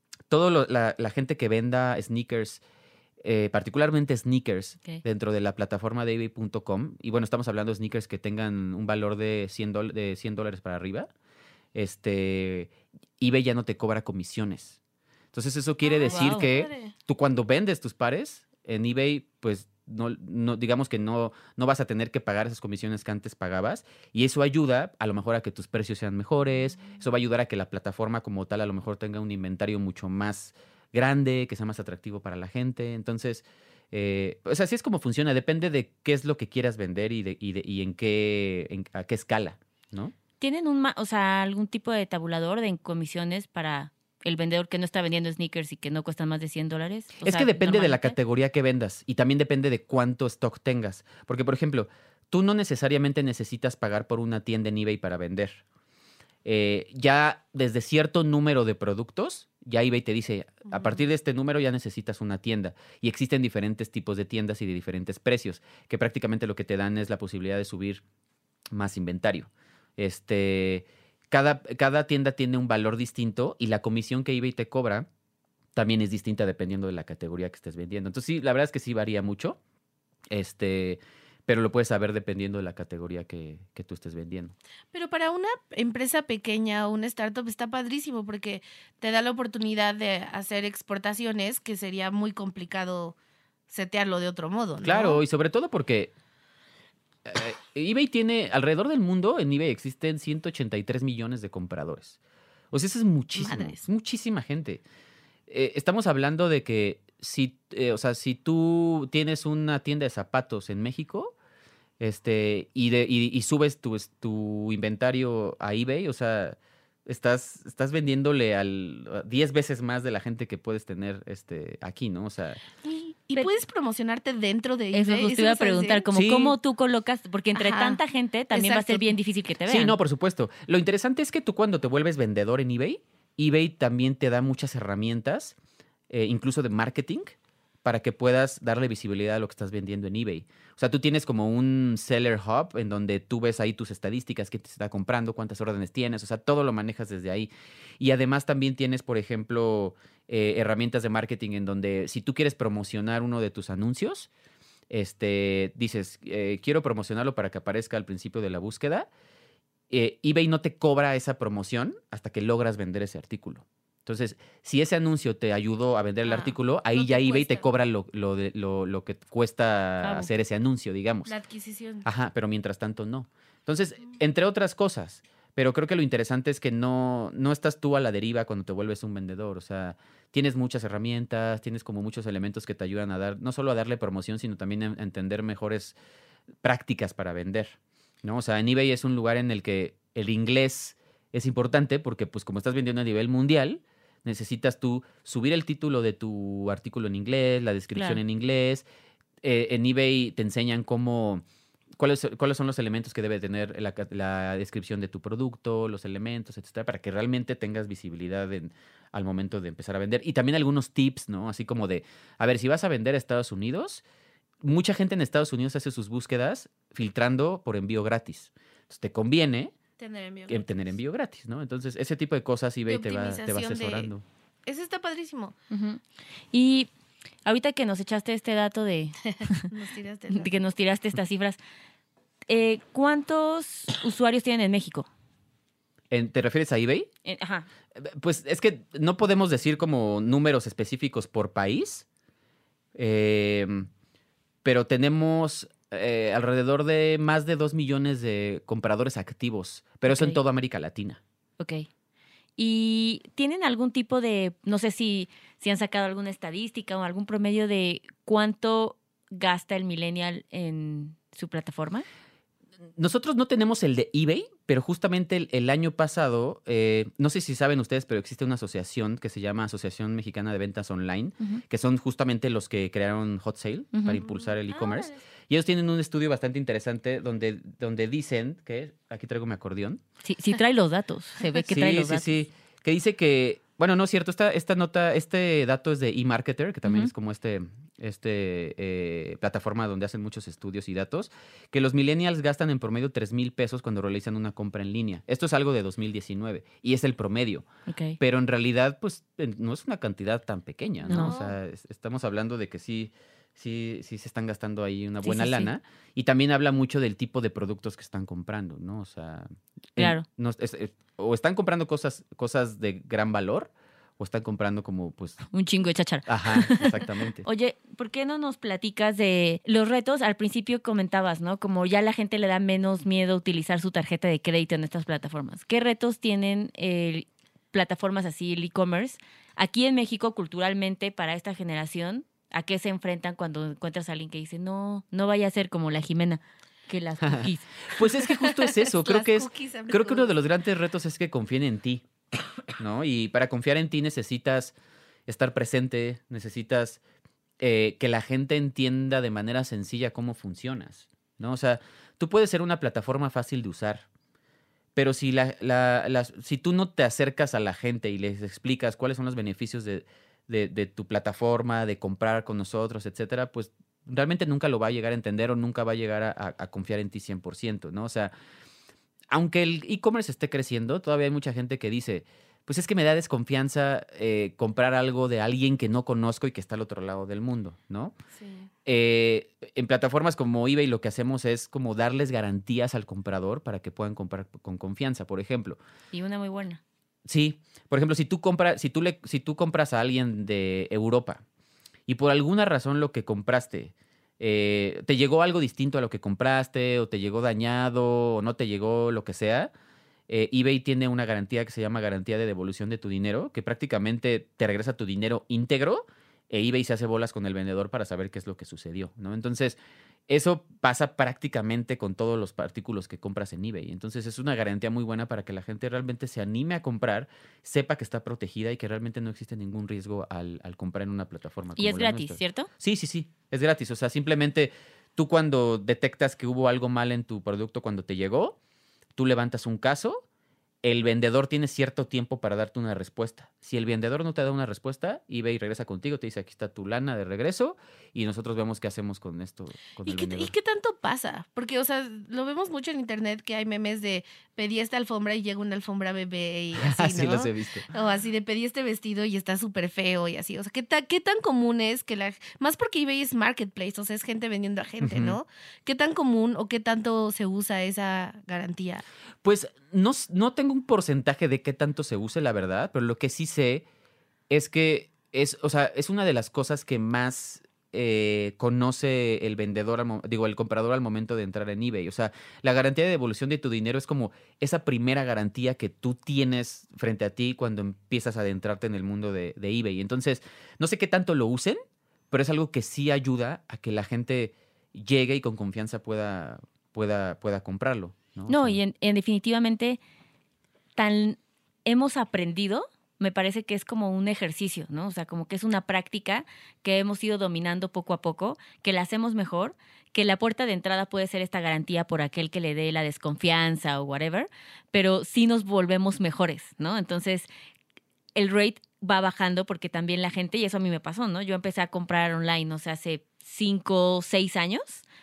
la gente que venda sneakers, particularmente sneakers, Ok. dentro de la plataforma de ebay.com, y bueno, estamos hablando de sneakers que tengan un valor de $100 para arriba, eBay ya no te cobra comisiones. Entonces eso quiere decir wow. que tú cuando vendes tus pares en eBay, pues no digamos que no vas a tener que pagar esas comisiones que antes pagabas, y eso ayuda a lo mejor a que tus precios sean mejores, eso va a ayudar a que la plataforma como tal a lo mejor tenga un inventario mucho más grande, que sea más atractivo para la gente. Entonces, pues así es como funciona, depende de qué es lo que quieras vender y a qué escala, ¿no? ¿Tienen algún tipo de tabulador de comisiones para el vendedor que no está vendiendo sneakers y que no cuestan más de $100? Es que depende de la normalmente. categoría que vendas y también depende de cuánto stock tengas. Porque, por ejemplo, tú no necesariamente necesitas pagar por una tienda en eBay para vender. Ya desde cierto número de productos, ya eBay te dice, a partir de este número ya necesitas una tienda. Y existen diferentes tipos de tiendas y de diferentes precios, que prácticamente lo que te dan es la posibilidad de subir más inventario. Cada tienda tiene un valor distinto y la comisión que eBay te cobra también es distinta dependiendo de la categoría que estés vendiendo. Entonces, sí, la verdad es que sí varía mucho. pero lo puedes saber dependiendo de la categoría que tú estés vendiendo. Pero para una empresa pequeña o una startup está padrísimo porque te da la oportunidad de hacer exportaciones que sería muy complicado setearlo de otro modo, ¿no? Claro, y sobre todo porque eBay tiene, alrededor del mundo, en eBay existen 183 millones de compradores. O sea, eso es muchísimo, Madres. es muchísima gente. Estamos hablando de que si tú tienes una tienda de zapatos en México, y subes tu inventario a eBay, o sea, estás vendiéndole 10 veces más de la gente que puedes tener aquí, ¿no? O sea, Y Pero- puedes promocionarte dentro de eBay. Eso justo iba a vas decir? preguntar, como Sí. cómo tú colocas, porque entre Ajá. tanta gente también va a ser Exacto. bien difícil que te vean. sí, no, por supuesto. Lo interesante es que tú cuando te vuelves vendedor en eBay, eBay también te da muchas herramientas, incluso de marketing, para que puedas darle visibilidad a lo que estás vendiendo en eBay. O sea, tú tienes como un seller hub en donde tú ves ahí tus estadísticas, qué te está comprando, cuántas órdenes tienes, o sea, todo lo manejas desde ahí. Y además también tienes, por ejemplo, herramientas de marketing en donde si tú quieres promocionar uno de tus anuncios, dices, quiero promocionarlo para que aparezca al principio de la búsqueda. eBay no te cobra esa promoción hasta que logras vender ese artículo. Entonces, si ese anuncio te ayudó a vender el Ah, artículo, ahí no ya te eBay te cuesta. cobra lo que cuesta Claro. hacer ese anuncio, digamos. La adquisición. Ajá, pero mientras tanto no. Entonces, entre otras cosas, pero creo que lo interesante es que no estás tú a la deriva cuando te vuelves un vendedor. O sea, tienes muchas herramientas, tienes como muchos elementos que te ayudan a no solo a darle promoción, sino también a entender mejores prácticas para vender, ¿no? O sea, en eBay es un lugar en el que el inglés es importante porque, pues, como estás vendiendo a nivel mundial, necesitas tú subir el título de tu artículo en inglés, la descripción Claro. en inglés. En eBay te enseñan cuáles son los elementos que debe tener la descripción de tu producto, los elementos, etcétera, para que realmente tengas visibilidad al momento de empezar a vender. Y también algunos tips, ¿no? Así como de, a ver, si vas a vender a Estados Unidos, mucha gente en Estados Unidos hace sus búsquedas filtrando por envío gratis. Entonces, te conviene Tener envío tener gratis. envío gratis, ¿no? Entonces, ese tipo de cosas eBay te va optimización de- asesorando. Eso está padrísimo. Ujú. Y ahorita que nos echaste este dato de Nos tiraste la- que nos tiraste estas cifras, ¿cuántos usuarios tienen en México? ¿Te refieres a eBay? Ajá. Pues es que no podemos decir como números específicos por país, pero tenemos alrededor de más de 2 millones de compradores activos, pero eso en Ok. toda América Latina. Ok. ¿Y tienen algún tipo de, no sé si han sacado alguna estadística o algún promedio de cuánto gasta el millennial en su plataforma? Nosotros no tenemos el de eBay, pero justamente el año pasado, no sé si saben ustedes, pero existe una asociación que se llama Asociación Mexicana de Ventas Online, Ujú. que son justamente los que crearon Hot Sale Ujú. para impulsar el e-commerce. Ah, Y ellos tienen un estudio bastante interesante donde dicen que, aquí traigo mi acordeón. Sí, sí trae los datos. Se ve que trae los datos. Sí. Que dice que, bueno, no es cierto, este dato es de eMarketer, que también Ujú. es como plataforma donde hacen muchos estudios y datos, que los millennials gastan en promedio 3,000 pesos cuando realizan una compra en línea. Esto es algo de 2019 y es el promedio. Ok. Pero en realidad, pues, no es una cantidad tan pequeña, ¿no? No. O sea, estamos hablando de que sí se están gastando ahí una Sí, buena sí, sí. lana. Y también habla mucho del tipo de productos que están comprando, ¿no? O sea, Claro. o están comprando cosas de gran valor o están comprando como, pues, Un chingo de chachar. ajá, exactamente. Oye, ¿por qué no nos platicas de los retos? Al principio comentabas, ¿no? Como ya la gente le da menos miedo utilizar su tarjeta de crédito en estas plataformas. ¿Qué retos tienen plataformas así, el e-commerce, aquí en México culturalmente para esta generación? ¿A qué se enfrentan cuando encuentras a alguien que dice, no vaya a ser como la Jimena, que las cookies? Pues es que justo es eso. Creo Las que cookies ante creo que uno todo. de los grandes retos es que confíen en ti, ¿no? Y para confiar en ti necesitas estar presente, necesitas que la gente entienda de manera sencilla cómo funcionas, ¿no? O sea, tú puedes ser una plataforma fácil de usar, pero si si tú no te acercas a la gente y les explicas cuáles son los beneficios de tu plataforma, de comprar con nosotros, etcétera, pues realmente nunca lo va a llegar a entender o nunca va a llegar a confiar en ti 100%, ¿no? O sea, aunque el e-commerce esté creciendo, todavía hay mucha gente que dice, pues es que me da desconfianza comprar algo de alguien que no conozco y que está al otro lado del mundo, ¿no? Sí. En plataformas como eBay lo que hacemos es como darles garantías al comprador para que puedan comprar con confianza, por ejemplo. Y una muy buena. Sí, por ejemplo, si tú compras a alguien de Europa y por alguna razón lo que compraste te llegó algo distinto a lo que compraste o te llegó dañado o no te llegó lo que sea, eBay tiene una garantía que se llama garantía de devolución de tu dinero, que prácticamente te regresa tu dinero íntegro e eBay se hace bolas con el vendedor para saber qué es lo que sucedió, ¿no? Entonces, eso pasa prácticamente con todos los artículos que compras en eBay. Entonces, es una garantía muy buena para que la gente realmente se anime a comprar, sepa que está protegida y que realmente no existe ningún riesgo al comprar en una plataforma como Y es la gratis, nuestra. ¿cierto? Sí, es gratis. O sea, simplemente tú cuando detectas que hubo algo mal en tu producto cuando te llegó, tú levantas un caso, el vendedor tiene cierto tiempo para darte una respuesta. Si el vendedor no te da una respuesta, eBay regresa contigo, te dice, aquí está tu lana de regreso y nosotros vemos qué hacemos con esto, con ¿Y el qué, vendedor. ¿Y qué tanto pasa? Porque, o sea, lo vemos mucho en internet que hay memes de pedí esta alfombra y llega una alfombra bebé y así, ¿no? Sí, los he visto. O así de pedí este vestido y está súper feo y así. O sea, ¿qué tan común es que más porque eBay es marketplace, o sea, es gente vendiendo a gente, Ujú. ¿no? ¿Qué tan común o qué tanto se usa esa garantía? Pues no tengo un porcentaje de qué tanto se use, la verdad, pero lo que sí sé es que o sea, es una de las cosas que más conoce el vendedor, el comprador al momento de entrar en eBay. O sea, la garantía de devolución de tu dinero es como esa primera garantía que tú tienes frente a ti cuando empiezas a adentrarte en el mundo de eBay. Entonces, no sé qué tanto lo usen, pero es algo que sí ayuda a que la gente llegue y con confianza pueda comprarlo, ¿no? O No, sea, y en definitivamente tan hemos aprendido, me parece que es como un ejercicio, ¿no? O sea, como que es una práctica que hemos ido dominando poco a poco, que la hacemos mejor, que la puerta de entrada puede ser esta garantía por aquel que le dé la desconfianza o whatever, pero sí nos volvemos mejores, ¿no? Entonces, el rate va bajando porque también la gente, y eso a mí me pasó, ¿no? Yo empecé a comprar online, o sea, hace 5, 6 años,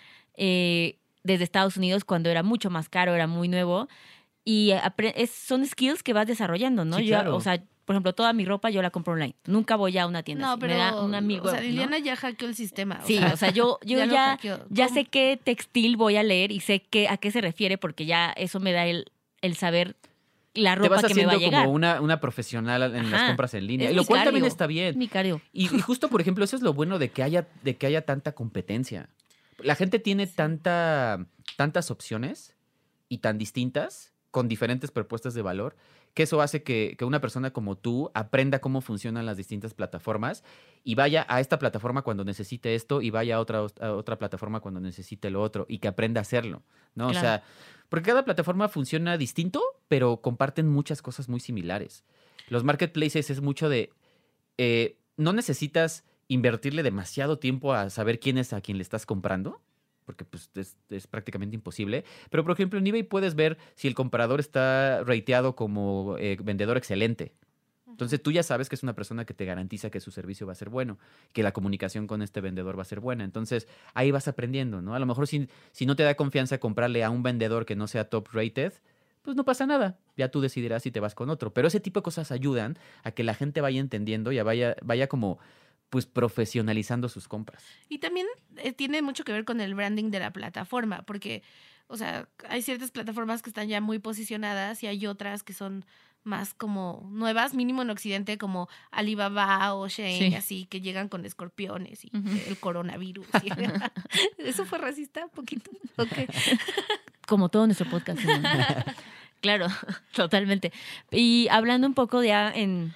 desde Estados Unidos, cuando era mucho más caro, era muy nuevo, y son skills que vas desarrollando, ¿no? Sí, Yo, claro. o sea, por ejemplo, toda mi ropa yo la compro online. Nunca voy a una tienda. No, así. pero, Me da una mil o sea, huevos, ¿no? Liliana ya hackeó el sistema. Sí, o sea, yo ya lo ya hackeó. ya ¿Cómo? sé qué textil voy a leer y sé a qué se refiere porque ya eso me da el saber la te ropa vas que me va a haciendo llegar. como una profesional en las Ajá. compras en línea, Es y lo mi cual también cardio. está bien. Mi cardio. Y justo, por ejemplo, eso es lo bueno de que haya tanta competencia. La gente tiene tantas opciones y tan distintas, con diferentes propuestas de valor, que eso hace que una persona como tú aprenda cómo funcionan las distintas plataformas y vaya a esta plataforma cuando necesite esto y vaya a otra plataforma cuando necesite lo otro y que aprenda a hacerlo, ¿no? Claro. O sea, porque cada plataforma funciona distinto, pero comparten muchas cosas muy similares. Los marketplaces es mucho de... no necesitas invertirle demasiado tiempo a saber quién es a quien le estás comprando, porque pues, es prácticamente imposible. Pero, por ejemplo, en eBay puedes ver si el comprador está rateado como vendedor excelente. Entonces, tú ya sabes que es una persona que te garantiza que su servicio va a ser bueno, que la comunicación con este vendedor va a ser buena. Entonces, ahí vas aprendiendo, ¿no? A lo mejor si no te da confianza comprarle a un vendedor que no sea top rated, pues no pasa nada. Ya tú decidirás si te vas con otro. Pero ese tipo de cosas ayudan a que la gente vaya entendiendo y vaya como pues profesionalizando sus compras. Y también tiene mucho que ver con el branding de la plataforma, porque, o sea, hay ciertas plataformas que están ya muy posicionadas y hay otras que son más como nuevas, mínimo en Occidente, como Alibaba o Shein, Sí. y así, que llegan con escorpiones y Ujú. el coronavirus. ¿Eso fue racista? ¿Poquito? Ok. Como todo nuestro podcast. ¿no? Claro, totalmente. Y hablando un poco ya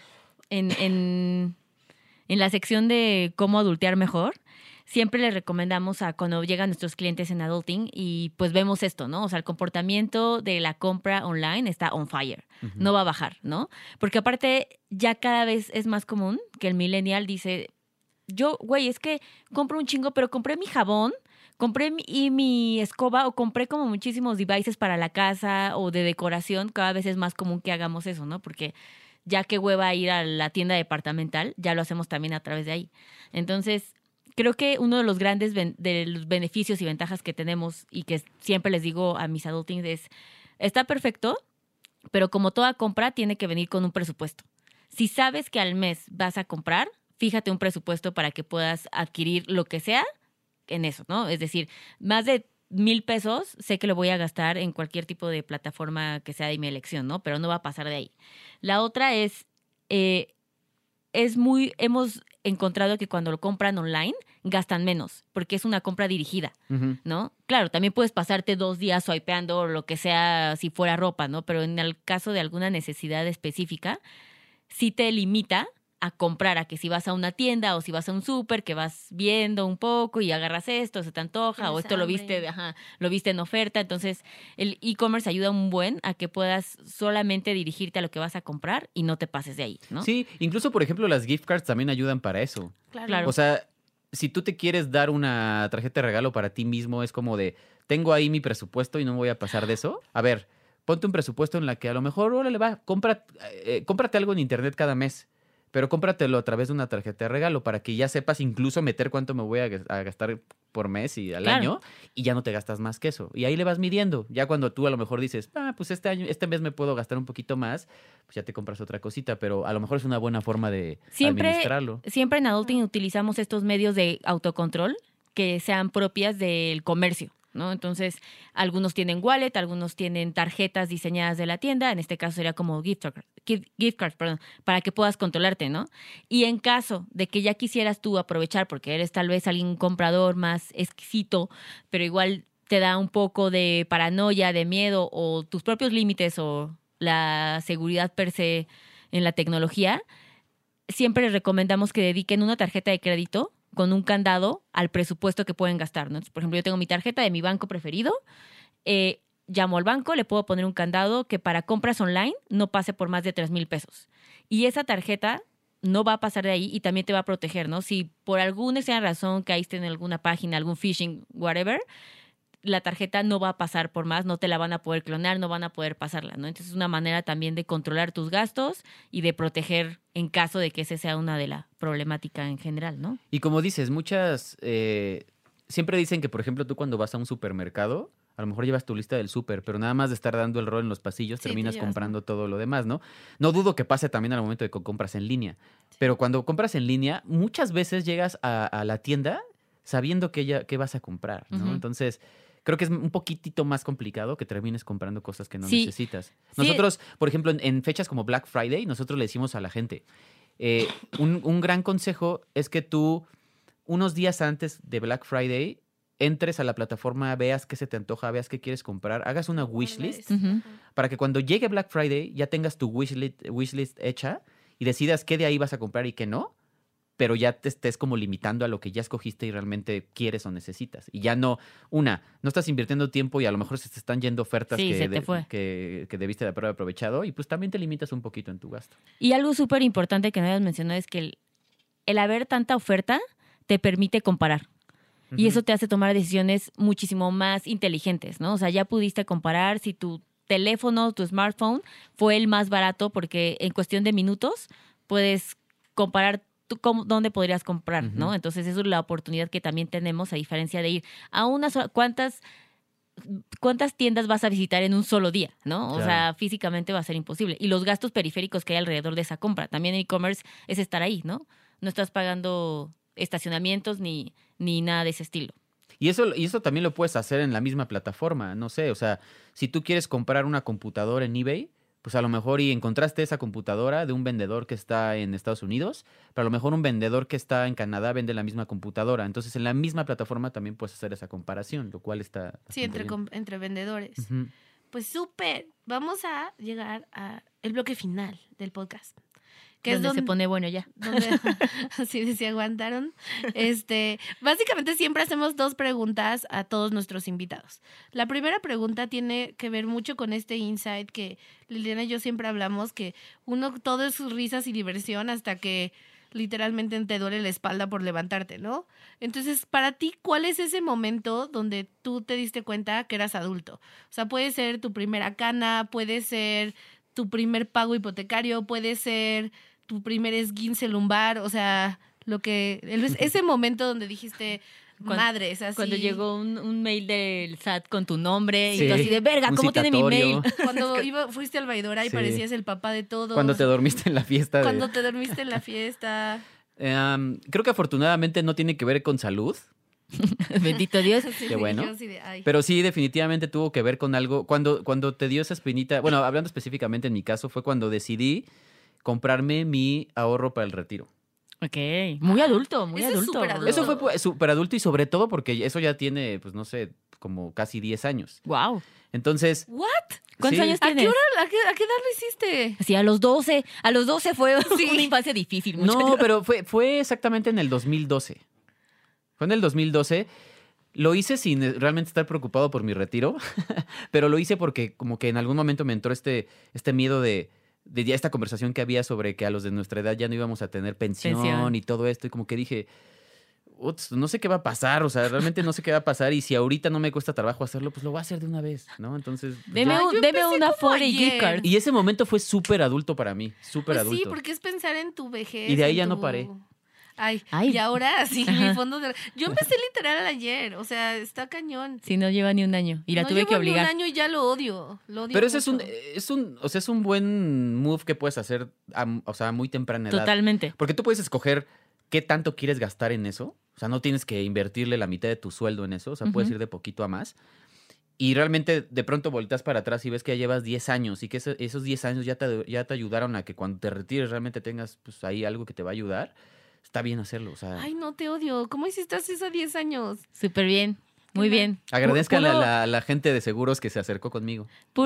en la sección de cómo adultear mejor, siempre les recomendamos a cuando llegan nuestros clientes en Adulting y pues vemos esto, ¿no? O sea, el comportamiento de la compra online está on fire, no va a bajar, ¿no? Porque aparte ya cada vez es más común que el millennial dice, yo, güey, es que compro un chingo, pero compré mi jabón, compré mi escoba o compré como muchísimos devices para la casa o de decoración. Cada vez es más común que hagamos eso, ¿no? Porque ya que hueva ir a la tienda departamental, ya lo hacemos también a través de ahí. Entonces, creo que uno de los grandes de los beneficios y ventajas que tenemos y que siempre les digo a mis adultings es, está perfecto Pero como toda compra, tiene que venir con un presupuesto. Si sabes que al mes vas a comprar, fíjate un presupuesto para que puedas adquirir lo que sea en eso, ¿no? Es decir, más de 1,000 pesos, sé que lo voy a gastar en cualquier tipo de plataforma que sea de mi elección, ¿no? Pero no va a pasar de ahí. La otra hemos encontrado que cuando lo compran online, gastan menos, porque es una compra dirigida, ¿no? Claro, también puedes pasarte 2 días swipeando o lo que sea si fuera ropa, ¿no? Pero en el caso de alguna necesidad específica, sí te limita a comprar, a que si vas a una tienda o si vas a un súper, que vas viendo un poco y agarras esto, se te antoja, o esto lo viste en oferta. Entonces, el e-commerce ayuda un buen a que puedas solamente dirigirte a lo que vas a comprar y no te pases de ahí, ¿no? Sí, incluso, por ejemplo, las gift cards también ayudan para eso. Claro. O sea, si tú te quieres dar una tarjeta de regalo para ti mismo, es como de, tengo ahí mi presupuesto y no me voy a pasar de eso. A ver, ponte un presupuesto en la que a lo mejor, órale, cómprate algo en internet cada mes. Pero cómpratelo a través de una tarjeta de regalo para que ya sepas incluso meter cuánto me voy a gastar por mes y al año, y ya no te gastas más que eso. Y ahí le vas midiendo. Ya cuando tú a lo mejor dices, pues este mes me puedo gastar un poquito más, pues ya te compras otra cosita, pero a lo mejor es una buena forma de administrarlo. Siempre en Adulting utilizamos estos medios de autocontrol que sean propias del comercio, ¿no? Entonces, algunos tienen wallet, algunos tienen tarjetas diseñadas de la tienda, en este caso sería como gift cards, para que puedas controlarte, ¿no? Y en caso de que ya quisieras tú aprovechar, porque eres tal vez alguien comprador más exquisito, pero igual te da un poco de paranoia, de miedo, o tus propios límites, o la seguridad per se en la tecnología, siempre les recomendamos que dediquen una tarjeta de crédito con un candado al presupuesto que pueden gastar, ¿no? Entonces, por ejemplo, yo tengo mi tarjeta de mi banco preferido, llamo al banco, le puedo poner un candado que para compras online no pase por más de 3,000 pesos. Y esa tarjeta no va a pasar de ahí y también te va a proteger, ¿no? Si por alguna extraña razón caíste en alguna página, algún phishing, whatever, la tarjeta no va a pasar por más, no te la van a poder clonar, no van a poder pasarla, ¿no? Entonces es una manera también de controlar tus gastos y de proteger en caso de que ese sea una de la problemática en general, ¿no? Y como dices, muchas siempre dicen que, por ejemplo, tú cuando vas a un supermercado, a lo mejor llevas tu lista del súper, pero nada más de estar dando el rol en los pasillos, terminas comprando todo lo demás, ¿no? No dudo que pase también al momento de que compras en línea, pero cuando compras en línea, muchas veces llegas a la tienda sabiendo qué vas a comprar, ¿no? Entonces, creo que es un poquitito más complicado que termines comprando cosas que no necesitas. Nosotros, por ejemplo, en fechas como Black Friday, nosotros le decimos a la gente, un gran consejo es que tú, unos días antes de Black Friday, entres a la plataforma, veas qué se te antoja, veas qué quieres comprar, hagas una wishlist para que cuando llegue Black Friday ya tengas tu wishlist hecha y decidas qué de ahí vas a comprar y qué no, pero ya te estés como limitando a lo que ya escogiste y realmente quieres o necesitas. Y ya no estás invirtiendo tiempo y a lo mejor se te están yendo ofertas que debiste de haber aprovechado y pues también te limitas un poquito en tu gasto. Y algo súper importante que no habías mencionado es que el haber tanta oferta te permite comparar. Y eso te hace tomar decisiones muchísimo más inteligentes, ¿no? O sea, ya pudiste comparar si tu teléfono, tu smartphone fue el más barato porque en cuestión de minutos puedes comparar dónde podrías comprar, ¿no? Entonces, eso es la oportunidad que también tenemos, a diferencia de ir a una sola. ¿Cuántas tiendas vas a visitar en un solo día, ¿no? O sea, físicamente va a ser imposible. Y los gastos periféricos que hay alrededor de esa compra. También en e-commerce es estar ahí, ¿no? No estás pagando estacionamientos ni nada de ese estilo. Y eso también lo puedes hacer en la misma plataforma, no sé, o sea, si tú quieres comprar una computadora en eBay, pues a lo mejor y encontraste esa computadora de un vendedor que está en Estados Unidos, pero a lo mejor un vendedor que está en Canadá vende la misma computadora. Entonces, en la misma plataforma también puedes hacer esa comparación, lo cual está... Sí, entre vendedores. Pues súper. Vamos a llegar al bloque final del podcast. Que es donde se pone bueno ya. Así se aguantaron. Básicamente siempre hacemos 2 preguntas a todos nuestros invitados. La primera pregunta tiene que ver mucho con este insight que Liliana y yo siempre hablamos, que todo es risas y diversión hasta que literalmente te duele la espalda por levantarte, ¿no? Entonces, para ti, ¿cuál es ese momento donde tú te diste cuenta que eras adulto? O sea, puede ser tu primera cana, puede ser tu primer pago hipotecario, puede ser tu primer esguince lumbar, o sea, ese momento donde dijiste, madres, así. Cuando llegó un mail del SAT con tu nombre Sí, y tú así de verga, un ¿cómo tiene mi citatorio. mail? Cuando fuiste al Baidora y Sí. parecías el papá de todos. Cuando te dormiste en la fiesta. Cuando te dormiste en la fiesta. Creo que afortunadamente no tiene que ver con salud, Bendito Dios. Sí, Qué bueno. yo así de, ay. pero sí definitivamente tuvo que ver con algo. Cuando te dio esa espinita, bueno, hablando específicamente en mi caso, fue cuando decidí comprarme mi ahorro para el retiro. Ok, muy adulto, muy Eso es adulto. súper adulto. Eso fue pues, súper adulto y sobre todo porque eso ya tiene, pues no sé, como casi 10 años. Wow. Entonces, ¿What? ¿Cuántos sí, años ¿A tienes? qué hora, a qué edad lo hiciste? Sí, a los 12. A los 12 fue una infancia difícil. No, muchacho. pero fue exactamente en el 2012. Fue en el 2012. Lo hice sin realmente estar preocupado por mi retiro, pero lo hice porque como que en algún momento me entró este miedo de ya esta conversación que había sobre que a los de nuestra edad ya no íbamos a tener pensión y todo esto, y como que dije, "Uts, no sé qué va a pasar, o sea, realmente no sé qué va a pasar, y si ahorita no me cuesta trabajo hacerlo, pues lo voy a hacer de una vez, ¿no? Entonces, Deme, Ay, yo deme empecé una como 40 gift ayer. card. y ese momento fue súper adulto para mí, súper Pues adulto. sí, porque es pensar en tu vejez. Y de ahí en ya no tu- paré. Ay, Ay. y ahora sí, Ajá. mi fondo de... Yo empecé literal ayer, o sea, está cañón. Si no lleva ni un año. Y la No tuve que llevo ni obligar. un año y ya lo odio. Lo odio Pero ese es mucho. o sea, es un buen move que puedes hacer o sea, a muy temprana edad. Totalmente. Porque tú puedes escoger qué tanto quieres gastar en eso. O sea, no tienes que invertirle la mitad de tu sueldo en eso. O sea, puedes Ujú. ir de poquito a más. Y realmente de pronto volteas para atrás y ves que ya llevas 10 años y que esos 10 años ya te ayudaron a que cuando te retires realmente tengas pues ahí algo que te va a ayudar. Está bien hacerlo. O sea, Ay, no te odio. ¿Cómo hiciste eso a 10 años? Súper bien. Muy Qué bien. agradezcan Puro- a la gente de seguros que se acercó conmigo.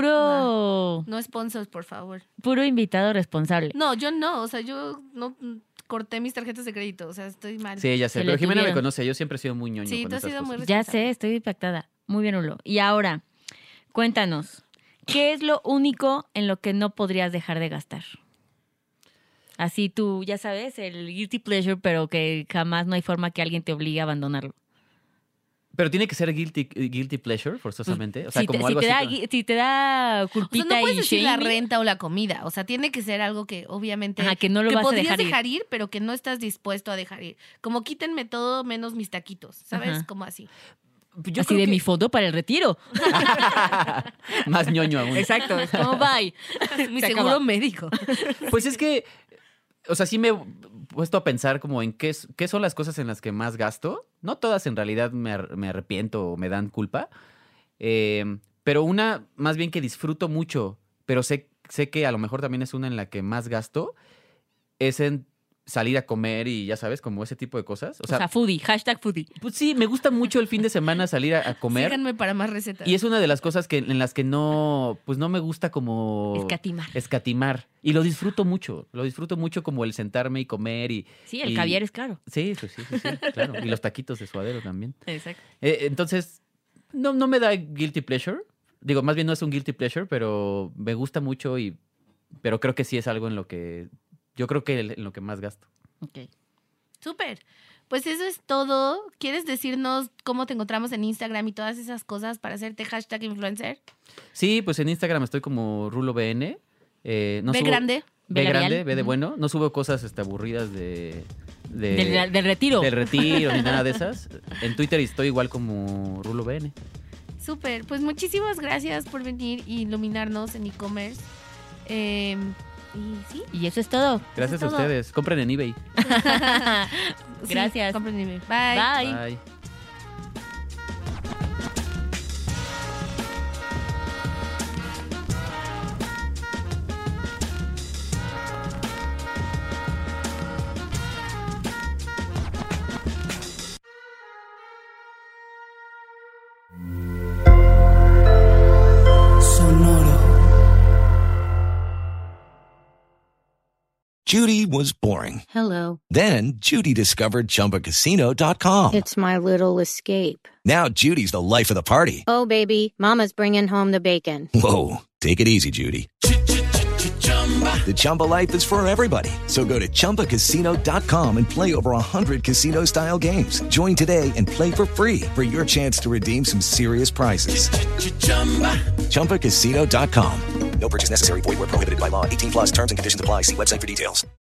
Puro, No sponsors, por favor. puro invitado responsable. No, yo no. O sea, yo no corté mis tarjetas de crédito. O sea, estoy mal. Sí, ya sé. Se pero le Jimena me tuvieron. conoce. Yo siempre he sido muy ñoño Sí, con tú has esas sido muy cosas. Ya sé, estoy impactada. Muy bien, Ulo. Y ahora, cuéntanos, ¿qué es lo único en lo que no podrías dejar de gastar? Así tú, ya sabes, el guilty pleasure, pero que jamás no hay forma que alguien te obligue a abandonarlo. Pero tiene que ser guilty pleasure, forzosamente. O sea, si como te, algo si te así. da, si te da O sea, culpita no puedes y decir la shaming, renta o la comida. O sea, tiene que ser algo que obviamente ajá, que no lo que vas a podrías dejar ir. pero que no estás dispuesto a dejar ir. Como quítenme todo menos mis taquitos, ¿sabes? Ajá. Como así. Yo Así creo de que- mi fondo para el retiro. Más ñoño aún. Exacto, es como bye. Mi Se seguro acabó. médico. Pues es que, o sea, sí me he puesto a pensar como en qué son las cosas en las que más gasto. No todas en realidad me arrepiento o me dan culpa. Pero una más bien que disfruto mucho, pero sé que a lo mejor también es una en la que más gasto, es en salir a comer y ya sabes, como ese tipo de cosas. O sea, foodie, hashtag foodie. Pues sí, me gusta mucho el fin de semana salir a comer. Síganme para más recetas. Y es una de las cosas en las que no me gusta como escatimar. Y lo disfruto mucho como el sentarme y comer y... Sí, el y- caviar es caro. Sí, pues sí, claro. Y los taquitos de suadero también. Exacto. Entonces, no me da guilty pleasure. Digo, más bien no es un guilty pleasure, pero me gusta mucho pero creo que sí es algo en lo que... Yo creo que en lo que más gasto. Ok. Súper. Pues eso es todo. ¿Quieres decirnos cómo te encontramos en Instagram y todas esas cosas para hacerte hashtag influencer? Sí, pues en Instagram estoy como RuloBN. No Ve subo- grande. B Ve grande, labial. B de Ujú. bueno. No subo cosas aburridas Del retiro. del retiro ni nada de esas. En Twitter estoy igual como RuloBN. Súper. Pues muchísimas gracias por venir y iluminarnos en e-commerce. Y sí. Y eso es todo. Gracias Eso a es todo. ustedes. Compren en eBay. Gracias. Sí, compren en eBay. Bye. Bye. Bye. Judy was boring. Hello. Then Judy discovered ChumbaCasino.com. It's my little escape. Now Judy's the life of the party. Oh, baby, mama's bringing home the bacon. Whoa, take it easy, Judy. The Chumba life is for everybody. So go to ChumbaCasino.com and play over 100 casino-style games. Join today and play for free for your chance to redeem some serious prizes. ChumbaCasino.com. No purchase necessary. Void where prohibited by law. 18+ terms and conditions apply. See website for details.